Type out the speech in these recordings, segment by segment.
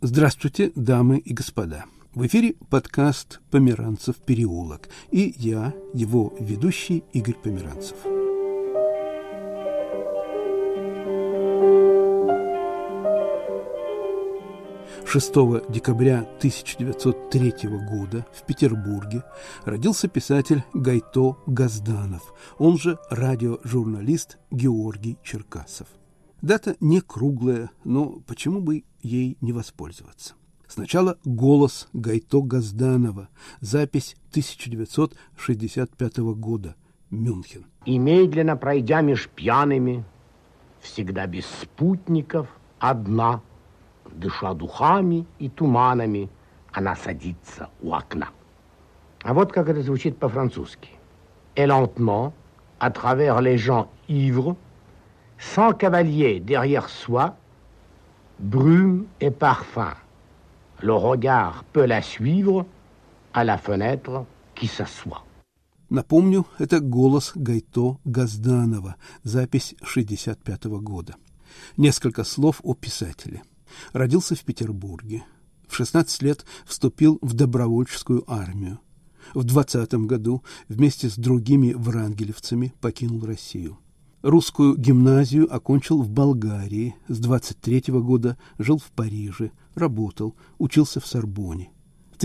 Здравствуйте, дамы и господа. В эфире подкаст «Померанцев переулок» и я, его ведущий Игорь Померанцев. «6 декабря 1903 года в Петербурге родился писатель Гайто Газданов, он же радиожурналист Георгий Черкасов. Дата не круглая, но почему бы ей не воспользоваться? Сначала голос Гайто Газданова, запись 1965 года, Мюнхен. И медленно пройдя меж пьяными, всегда без спутников, одна, дыша духами и туманами, она садится у окна. А вот как это звучит по-французски. Et lentement, à travers les gens ivres, sans cavalier derrière soi, brume et parfum. Le regard peut la suivre à la fenêtre qui s'assoit. Напомню, это голос Гайто Газданова, запись 1965 года. Несколько слов о писателе. Родился в Петербурге. В 16 лет вступил в добровольческую армию. В 20 году вместе с другими врангелевцами покинул Россию. Русскую гимназию окончил в Болгарии. С 23 года жил в Париже, работал, учился в Сорбонне. В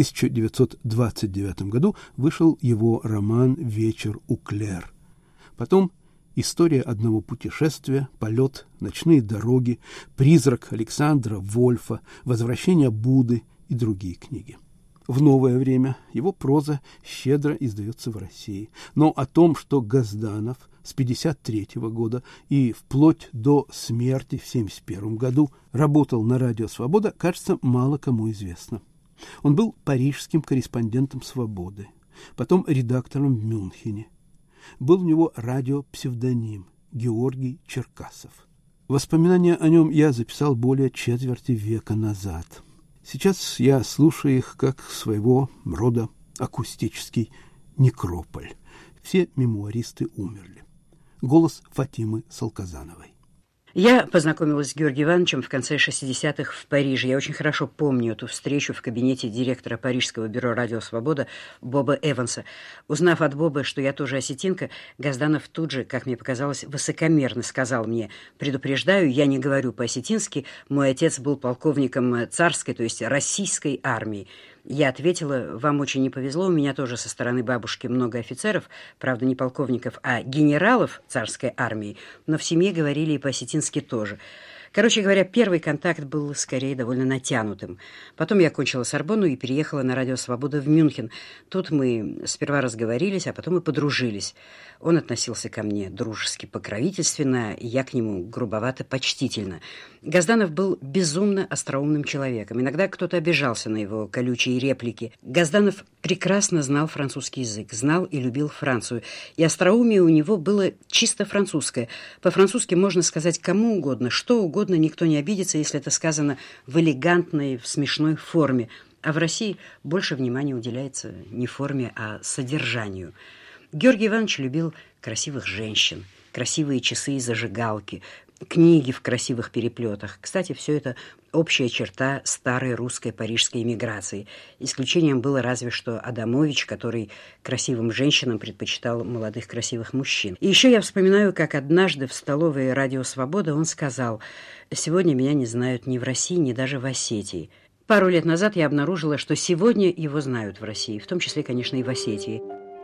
1929 году вышел его роман «Вечер у Клер». Потом «История одного путешествия», «Полет», «Ночные дороги», «Призрак» Александра Вольфа, «Возвращение Будды» и другие книги. В новое время его проза щедро издается в России. Но о том, что Газданов с 1953 года и вплоть до смерти в 1971 году работал на радио «Свобода», кажется, мало кому известно. Он был парижским корреспондентом «Свободы», потом редактором в Мюнхене. Был у него радиопсевдоним Георгий Черкасов. Воспоминания о нем я записал более четверти века назад. Сейчас я слушаю их как своего рода акустический некрополь. Все мемуаристы умерли. Голос Фатимы Салказановой. Я познакомилась с Георгием Ивановичем в конце 60-х в Париже. Я очень хорошо помню эту встречу в кабинете директора Парижского бюро «Радио Свобода» Боба Эванса. Узнав от Боба, что я тоже осетинка, Газданов тут же, как мне показалось, высокомерно сказал мне: «Предупреждаю, я не говорю по-осетински, мой отец был полковником царской, то есть российской армии». Я ответила: «Вам очень не повезло, у меня тоже со стороны бабушки много офицеров, правда, не полковников, а генералов царской армии, но в семье говорили и по-осетински тоже». Короче говоря, первый контакт был скорее довольно натянутым. Потом я окончила Сорбонну и переехала на радио «Свобода» в Мюнхен. Тут мы сперва разговорились, а потом и подружились. Он относился ко мне дружески покровительственно, и я к нему грубовато-почтительно. Газданов был безумно остроумным человеком. Иногда кто-то обижался на его колючие реплики. Газданов прекрасно знал французский язык, знал и любил Францию. И остроумие у него было чисто французское. По-французски можно сказать кому угодно, что угодно, никто не обидится, если это сказано в элегантной, в смешной форме. А в России больше внимания уделяется не форме, а содержанию. Георгий Иванович любил красивых женщин, красивые часы и зажигалки, книги в красивых переплетах. Кстати, все это общая черта старой русской парижской эмиграции. Исключением было разве что Адамович, который красивым женщинам предпочитал молодых красивых мужчин. И еще я вспоминаю, как однажды в столовой «Радио Свобода» он сказал: «Сегодня меня не знают ни в России, ни даже в Осетии». Пару лет назад я обнаружила, что сегодня его знают в России, в том числе, конечно, и в Осетии.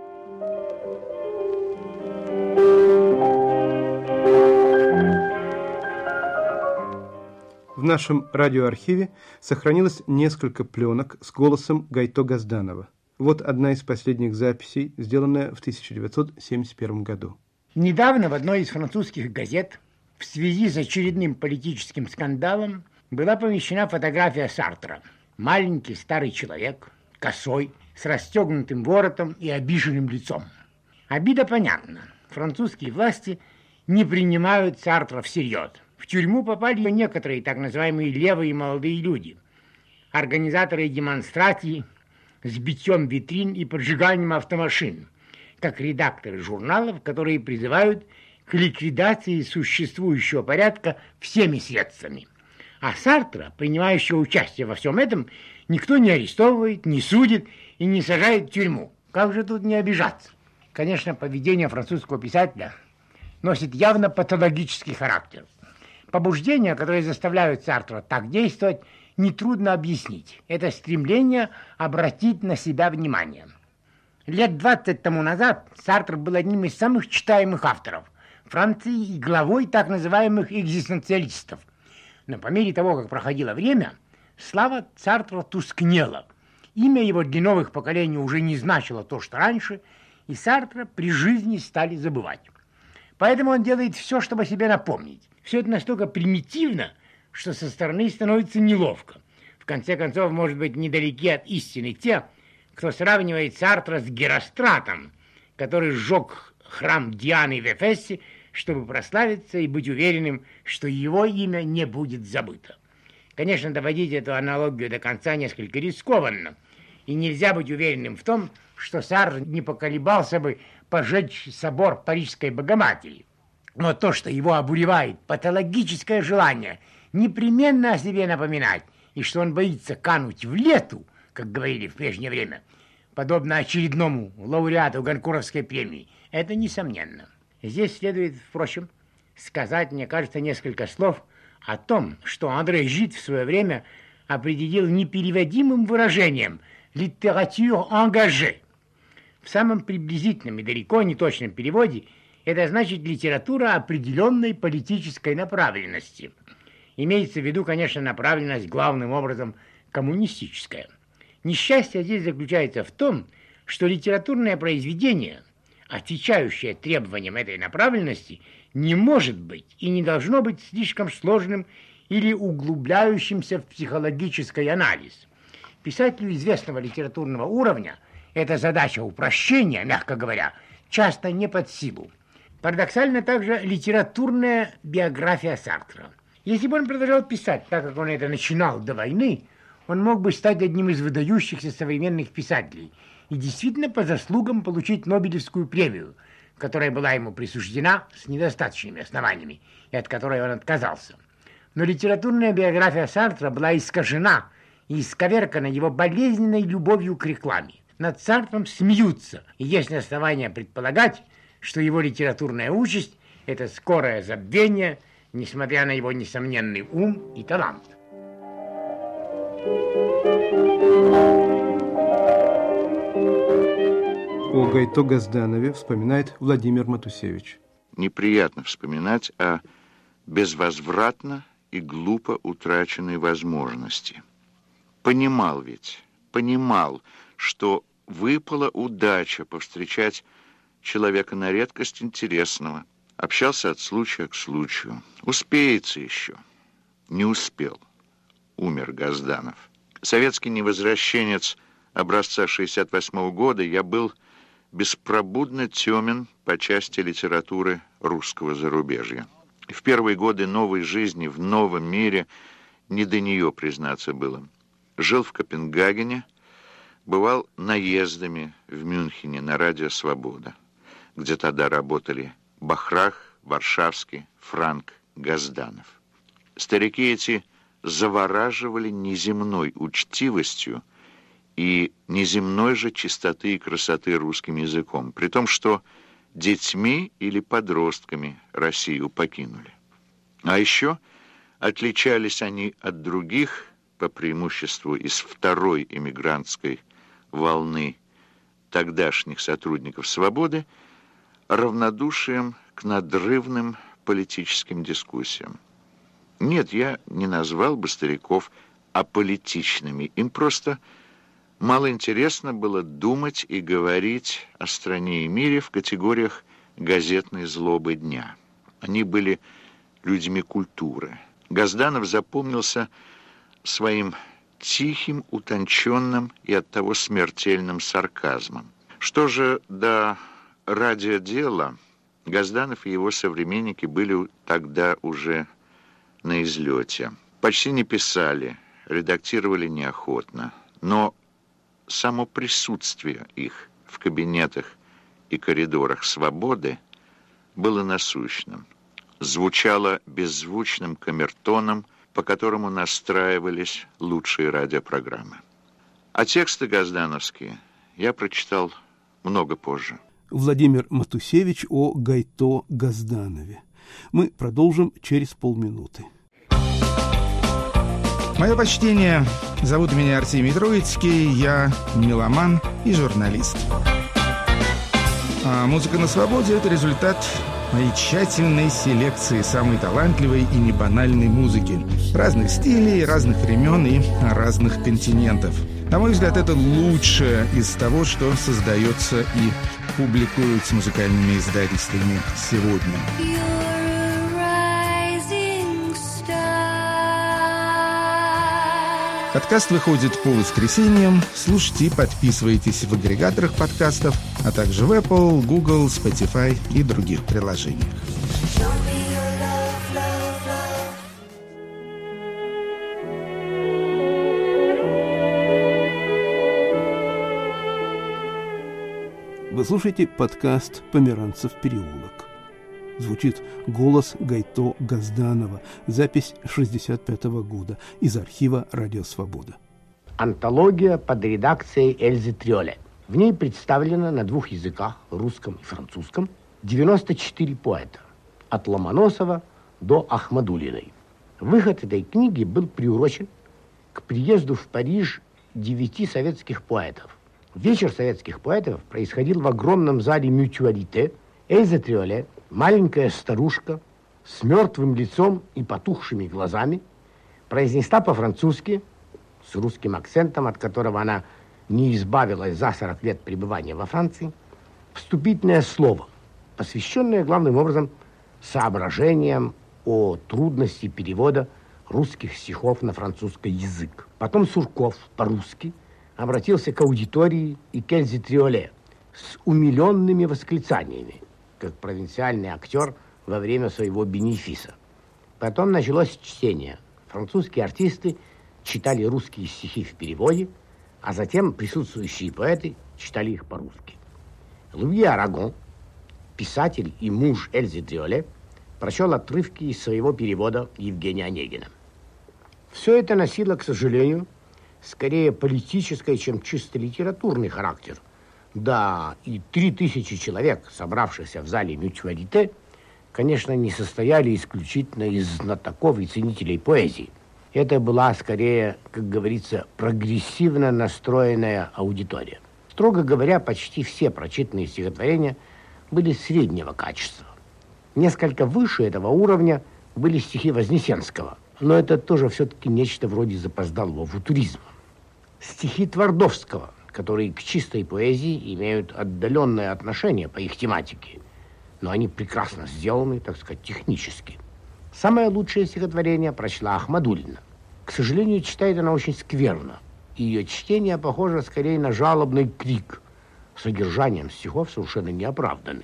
В нашем радиоархиве сохранилось несколько пленок с голосом Гайто Газданова. Вот одна из последних записей, сделанная в 1971 году. Недавно в одной из французских газет в связи с очередным политическим скандалом была помещена фотография Сартра. Маленький старый человек, косой, с расстегнутым воротом и обиженным лицом. Обида понятна. Французские власти не принимают Сартра всерьез. В тюрьму попали некоторые так называемые левые молодые люди, организаторы демонстраций с битьем витрин и поджиганием автомашин, как редакторы журналов, которые призывают к ликвидации существующего порядка всеми средствами. А Сартра, принимающего участие во всем этом, никто не арестовывает, не судит и не сажает в тюрьму. Как же тут не обижаться? Конечно, поведение французского писателя носит явно патологический характер. Побуждения, которые заставляют Сартра так действовать, нетрудно объяснить. Это стремление обратить на себя внимание. Лет 20 тому назад Сартр был одним из самых читаемых авторов Франции и главой так называемых экзистенциалистов. Но по мере того, как проходило время, слава Сартра тускнела. Имя его для новых поколений уже не значило то, что раньше, и Сартра при жизни стали забывать. Поэтому он делает все, чтобы о себе напомнить. Все это настолько примитивно, что со стороны становится неловко. В конце концов, может быть, недалеки от истины те, кто сравнивает Сартра с Геростратом, который сжег храм Дианы в Эфесе, чтобы прославиться и быть уверенным, что его имя не будет забыто. Конечно, доводить эту аналогию до конца несколько рискованно, и нельзя быть уверенным в том, что Сартр не поколебался бы пожечь собор Парижской Богоматери. Но то, что его обуревает патологическое желание непременно о себе напоминать, и что он боится кануть в лету, как говорили в прежнее время, подобно очередному лауреату Гонкуровской премии, это несомненно. Здесь следует, впрочем, сказать, мне кажется, несколько слов о том, что Андре Жид в свое время определил непереводимым выражением «литератур ангаже». В самом приблизительном и далеко не точном переводе это значит литература определенной политической направленности. Имеется в виду, конечно, направленность главным образом коммунистическая. Несчастье здесь заключается в том, что литературное произведение, отвечающее требованиям этой направленности, не может быть и не должно быть слишком сложным или углубляющимся в психологический анализ. Писателю известного литературного уровня эта задача упрощения, мягко говоря, часто не под силу. Парадоксально также литературная биография Сартра. Если бы он продолжал писать так, как он это начинал до войны, он мог бы стать одним из выдающихся современных писателей и действительно по заслугам получить Нобелевскую премию, которая была ему присуждена с недостаточными основаниями и от которой он отказался. Но литературная биография Сартра была искажена и исковеркана его болезненной любовью к рекламе. Над Сартром смеются, и есть основания предполагать, что его литературная участь – это скорое забвение, несмотря на его несомненный ум и талант. О Гайто Газданове вспоминает Владимир Матусевич. Неприятно вспоминать о безвозвратно и глупо утраченной возможности. Понимал, что выпала удача повстречать человека на редкость интересного. Общался от случая к случаю. Успеется еще. Не успел. Умер Газданов. Советский невозвращенец образца 68 года, я был беспробудно темен по части литературы русского зарубежья. В первые годы новой жизни в новом мире не до нее, признаться, было. Жил в Копенгагене, бывал наездами в Мюнхене на радио «Свобода», где тогда работали Бахрах, Варшавский, Франк, Газданов. Старики эти завораживали неземной учтивостью и неземной же чистоты и красоты русским языком, при том, что детьми или подростками Россию покинули. А еще отличались они от других, по преимуществу из второй эмигрантской волны тогдашних сотрудников «Свободы», равнодушием к надрывным политическим дискуссиям. Нет, я не назвал бы стариков аполитичными. Им просто мало интересно было думать и говорить о стране и мире в категориях газетной злобы дня. Они были людьми культуры. Газданов запомнился своим тихим, утонченным и оттого смертельным сарказмом. Что же до радиодела, Газданов и его современники были тогда уже на излете. Почти не писали, редактировали неохотно, но само присутствие их в кабинетах и коридорах «Свободы» было насущным. Звучало беззвучным камертоном по которому настраивались лучшие радиопрограммы. А тексты газдановские я прочитал много позже. Владимир Матусевич о Гайто Газданове. Мы продолжим через полминуты. Мое почтение. Зовут меня Артемий Троицкий. Я меломан и журналист. А «Музыка на свободе» — это результат моей тщательной селекции самой талантливой и небанальной музыки. Разных стилей, разных времен и разных континентов. На мой взгляд, это лучшее из того, что создается и публикуется музыкальными издательствами сегодня. Подкаст выходит по воскресеньям. Слушайте и подписывайтесь в агрегаторах подкастов, а также в Apple, Google, Spotify и других приложениях. Вы слушаете подкаст «Померанцев переулок». Звучит голос Гайто Газданова, запись 1965 года из архива «Радио Свобода». Антология под редакцией Эльзы Триоле. В ней представлено на двух языках, русском и французском, 94 поэта, от Ломоносова до Ахмадулиной. Выход этой книги был приурочен к приезду в Париж 9 советских поэтов. Вечер советских поэтов происходил в огромном зале «Мютуалите». Эльза Триоле, маленькая старушка с мертвым лицом и потухшими глазами, произнесла по-французски, с русским акцентом, от которого она не избавилась за 40 лет пребывания во Франции, вступительное слово, посвященное главным образом соображениям о трудности перевода русских стихов на французский язык. Потом Сурков по-русски обратился к аудитории и к Эльзе Триоле с умиленными восклицаниями, как провинциальный актер во время своего бенефиса. Потом началось чтение. Французские артисты читали русские стихи в переводе, а затем присутствующие поэты читали их по-русски. Луи Арагон, писатель и муж Эльзы Триоле, прочел отрывки из своего перевода Евгения Онегина. Все это носило, к сожалению, скорее политический, чем чисто литературный характер. Да, и 3000 человек, собравшихся в зале «Мютуалите», конечно, не состояли исключительно из знатоков и ценителей поэзии. Это была, скорее, как говорится, прогрессивно настроенная аудитория. Строго говоря, почти все прочитанные стихотворения были среднего качества. Несколько выше этого уровня были стихи Вознесенского, но это тоже все-таки нечто вроде запоздалого футуризма. Стихи Твардовского, которые к чистой поэзии имеют отдаленное отношение по их тематике, но они прекрасно сделаны, так сказать, технически. Самое лучшее стихотворение прочла Ахмадулина. К сожалению, читает она очень скверно. Ее чтение похоже скорее на жалобный крик. Содержанием стихов совершенно неоправданный.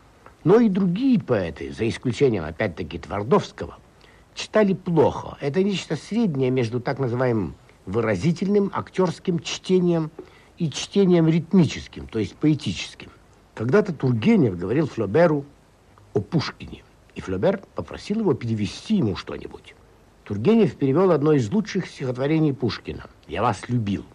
Но и другие поэты, за исключением, опять-таки, Твардовского, читали плохо. Это нечто среднее между так называемым выразительным актерским чтением и чтением ритмическим, то есть поэтическим. Когда-то Тургенев говорил Флоберу о Пушкине, и Флобер попросил его перевести ему что-нибудь. Тургенев перевел одно из лучших стихотворений Пушкина «Я вас любил».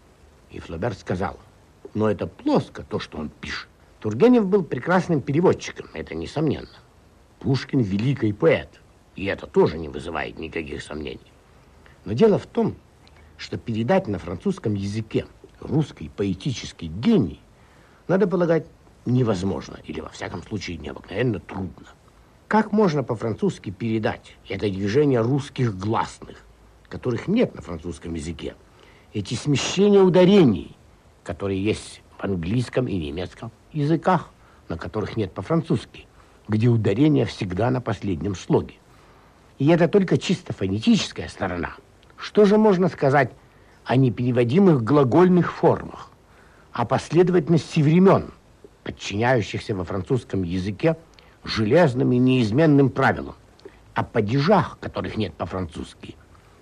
И Флобер сказал: но это плоско, то, что он пишет. Тургенев был прекрасным переводчиком, это несомненно. Пушкин великий поэт, и это тоже не вызывает никаких сомнений. Но дело в том, что передать на французском языке русский поэтический гений, надо полагать, невозможно, или, во всяком случае, необыкновенно трудно. Как можно по-французски передать это движение русских гласных, которых нет на французском языке, эти смещения ударений, которые есть в английском и немецком языках, на которых нет по-французски, где ударение всегда на последнем слоге? И это только чисто фонетическая сторона. Что же можно сказать о непереводимых глагольных формах, о последовательности времен, подчиняющихся во французском языке железным и неизменным правилам, о падежах, которых нет по-французски?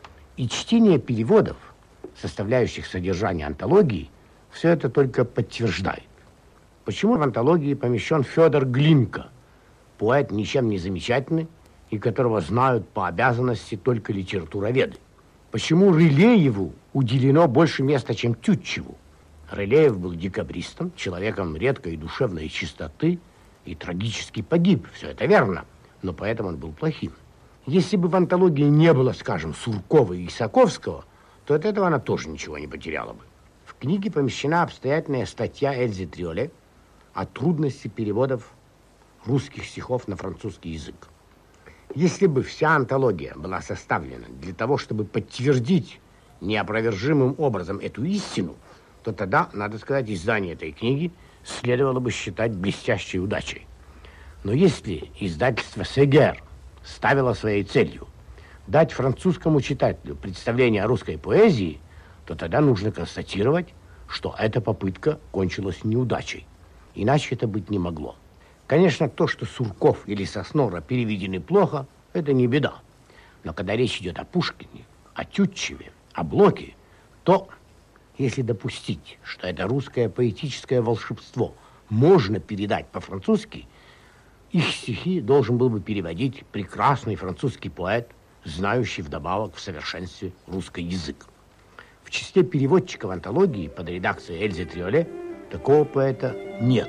И чтение переводов, составляющих содержание антологии, все это только подтверждает. Почему в антологии помещен Федор Глинка, поэт ничем не замечательный и которого знают по обязанности только литературоведы. Почему Рылееву уделено больше места, чем Тютчеву? Рылеев был декабристом, человеком редкой душевной чистоты и трагически погиб. Все это верно, но поэтому он был плохим. Если бы в антологии не было, скажем, Суркова и Исаковского, то от этого она тоже ничего не потеряла бы. В книге помещена обстоятельная статья Эльзы Триоле о трудности переводов русских стихов на французский язык. Если бы вся антология была составлена для того, чтобы подтвердить неопровержимым образом эту истину, то тогда, надо сказать, издание этой книги следовало бы считать блестящей удачей. Но если издательство Сегер ставило своей целью дать французскому читателю представление о русской поэзии, то тогда нужно констатировать, что эта попытка кончилась неудачей. Иначе это быть не могло. Конечно, то, что Сурков или Соснора переведены плохо, это не беда. Но когда речь идет о Пушкине, о Тютчеве, о Блоке, то, если допустить, что это русское поэтическое волшебство можно передать по-французски, их стихи должен был бы переводить прекрасный французский поэт, знающий вдобавок в совершенстве русский язык. В числе переводчиков антологии под редакцией Эльзы Триоле такого поэта нет.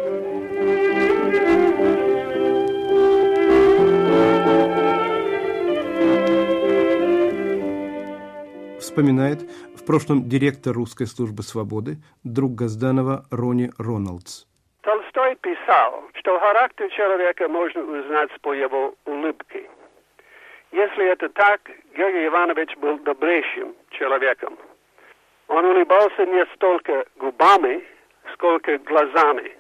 Вспоминает в прошлом директор Русской службы свободы, друг Газданова Рони Роналдс. Толстой писал, что характер человека можно узнать по его улыбке. Если это так, Георгий Иванович был добрейшим человеком. Он улыбался не столько губами, сколько глазами.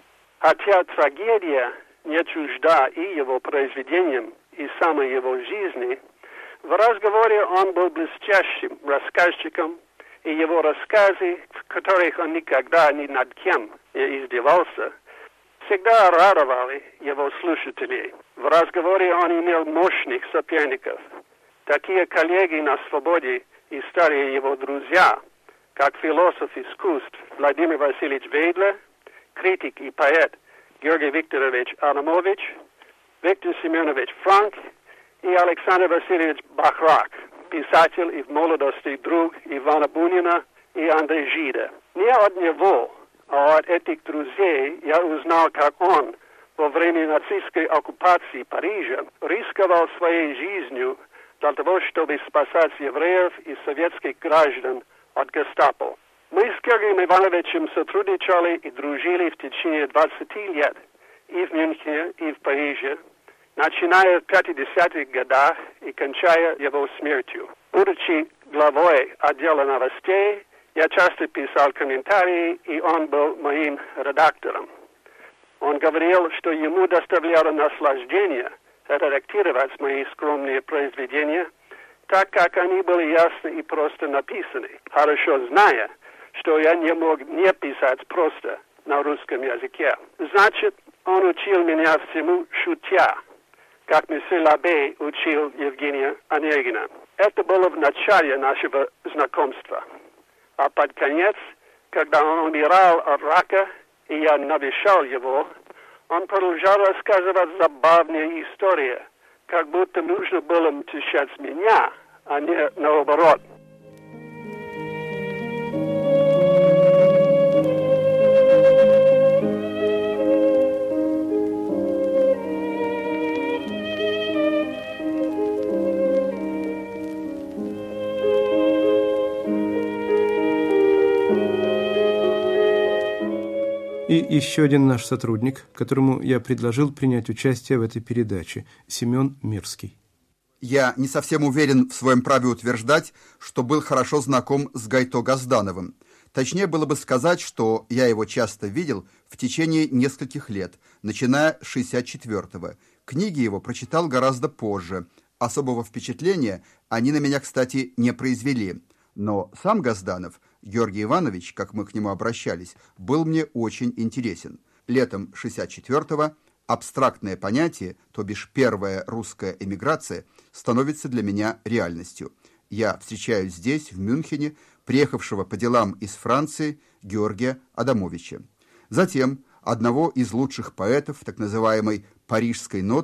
Хотя трагедия не чужда и его произведениям, и самой его жизни, в разговоре он был блестящим рассказчиком, и его рассказы, в которых он никогда ни над кем не издевался, всегда радовали его слушателей. В разговоре он имел мощных соперников. Такие коллеги на свободе и старые его друзья, как философ искусств Владимир Васильевич Вейдлер, критик и поэт Георгий Викторович Адамович, Виктор Семенович Франк и Александр Васильевич Бахрак, писатель и в молодости друг Ивана Бунина и Андрея Жида. Не от него, а от этих друзей я узнал, как он во время нацистской оккупации Парижа рисковал своей жизнью для того, чтобы спасать евреев и советских граждан от гестапо. Мы с Георгием Ивановичем сотрудничали и дружили в течение 20 лет и в Мюнхене, и в Париже, начиная в 50-х годах и кончая его смертью. Будучи главой отдела новостей, я часто писал комментарии, и он был моим редактором. Он говорил, что ему доставляло наслаждение редактировать мои скромные произведения, так как они были ясно и просто написаны, хорошо зная, что я не мог не писать просто на русском языке. Значит, он учил меня всему шутя, как месье Лабе учил Евгения Онегина. Это было в начале нашего знакомства. А под конец, когда он умирал от рака, и я навещал его, он продолжал рассказывать забавные истории, как будто нужно было утешать меня, а не наоборот. И еще один наш сотрудник, которому я предложил принять участие в этой передаче, Семен Мирский. Я не совсем уверен в своем праве утверждать, что был хорошо знаком с Гайто Газдановым. Точнее было бы сказать, что я его часто видел в течение нескольких лет, начиная с 64-го. Книги его прочитал гораздо позже. Особого впечатления они на меня, кстати, не произвели. Но сам Газданов, Георгий Иванович, как мы к нему обращались, был мне очень интересен. Летом 64-го абстрактное понятие, то бишь первая русская эмиграция, становится для меня реальностью. Я встречаю здесь, в Мюнхене, приехавшего по делам из Франции Георгия Адамовича. Затем одного из лучших поэтов так называемой «парижской ноты»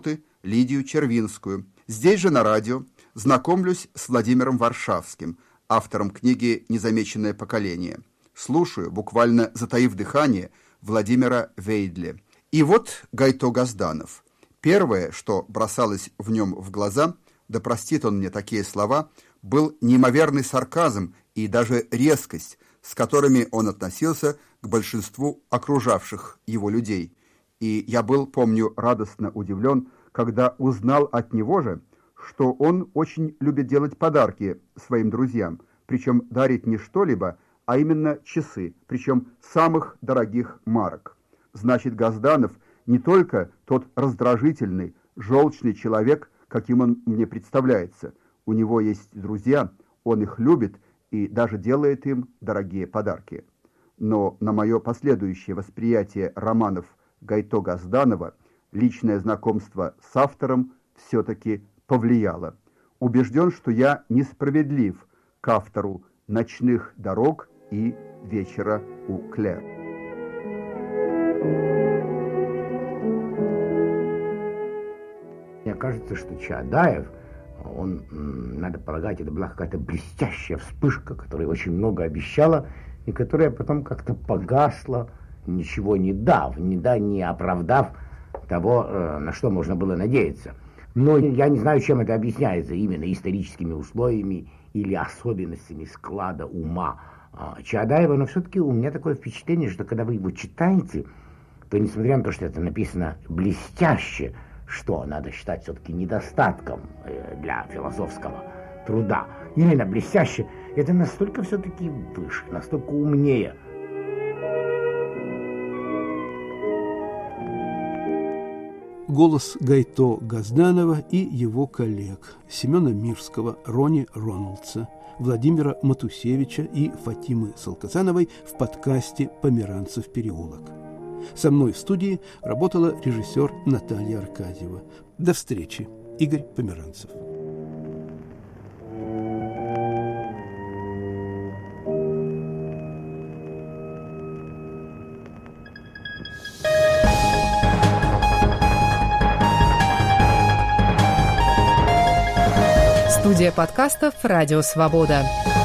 Лидию Червинскую. Здесь же на радио знакомлюсь с Владимиром Варшавским, автором книги «Незамеченное поколение». Слушаю, буквально затаив дыхание, Владимира Вейдле. И вот Гайто Газданов. Первое, что бросалось в нем в глаза, да простит он мне такие слова, был неимоверный сарказм и даже резкость, с которыми он относился к большинству окружавших его людей. И я был, помню, радостно удивлен, когда узнал от него же, что он очень любит делать подарки своим друзьям, причем дарить не что-либо, а именно часы, причем самых дорогих марок. Значит, Газданов не только тот раздражительный, желчный человек, каким он мне представляется. У него есть друзья, он их любит и даже делает им дорогие подарки. Но на мое последующее восприятие романов Гайто Газданова личное знакомство с автором все-таки повлияло. Убежден, что я несправедлив к автору «Ночных дорог» и «Вечера у Клэр». Мне кажется, что Чаадаев, он, надо полагать, это была какая-то блестящая вспышка, которая очень много обещала, и которая потом как-то погасла, ничего не дав, не оправдав того, на что можно было надеяться. Но я не знаю, чем это объясняется, именно историческими условиями или особенностями склада ума Чаадаева, но все-таки у меня такое впечатление, что когда вы его читаете, то несмотря на то, что это написано блестяще, что надо считать все-таки недостатком для философского труда, именно блестяще, это настолько все-таки выше, настолько умнее. Голос Гайто Газданова и его коллег Семена Мирского, Рони Роналдса, Владимира Матусевича и Фатимы Салказановой в подкасте «Померанцев переулок». Со мной в студии работала режиссер Наталья Аркадьева. До встречи. Игорь Померанцев. Студия подкастов «Радио Свобода».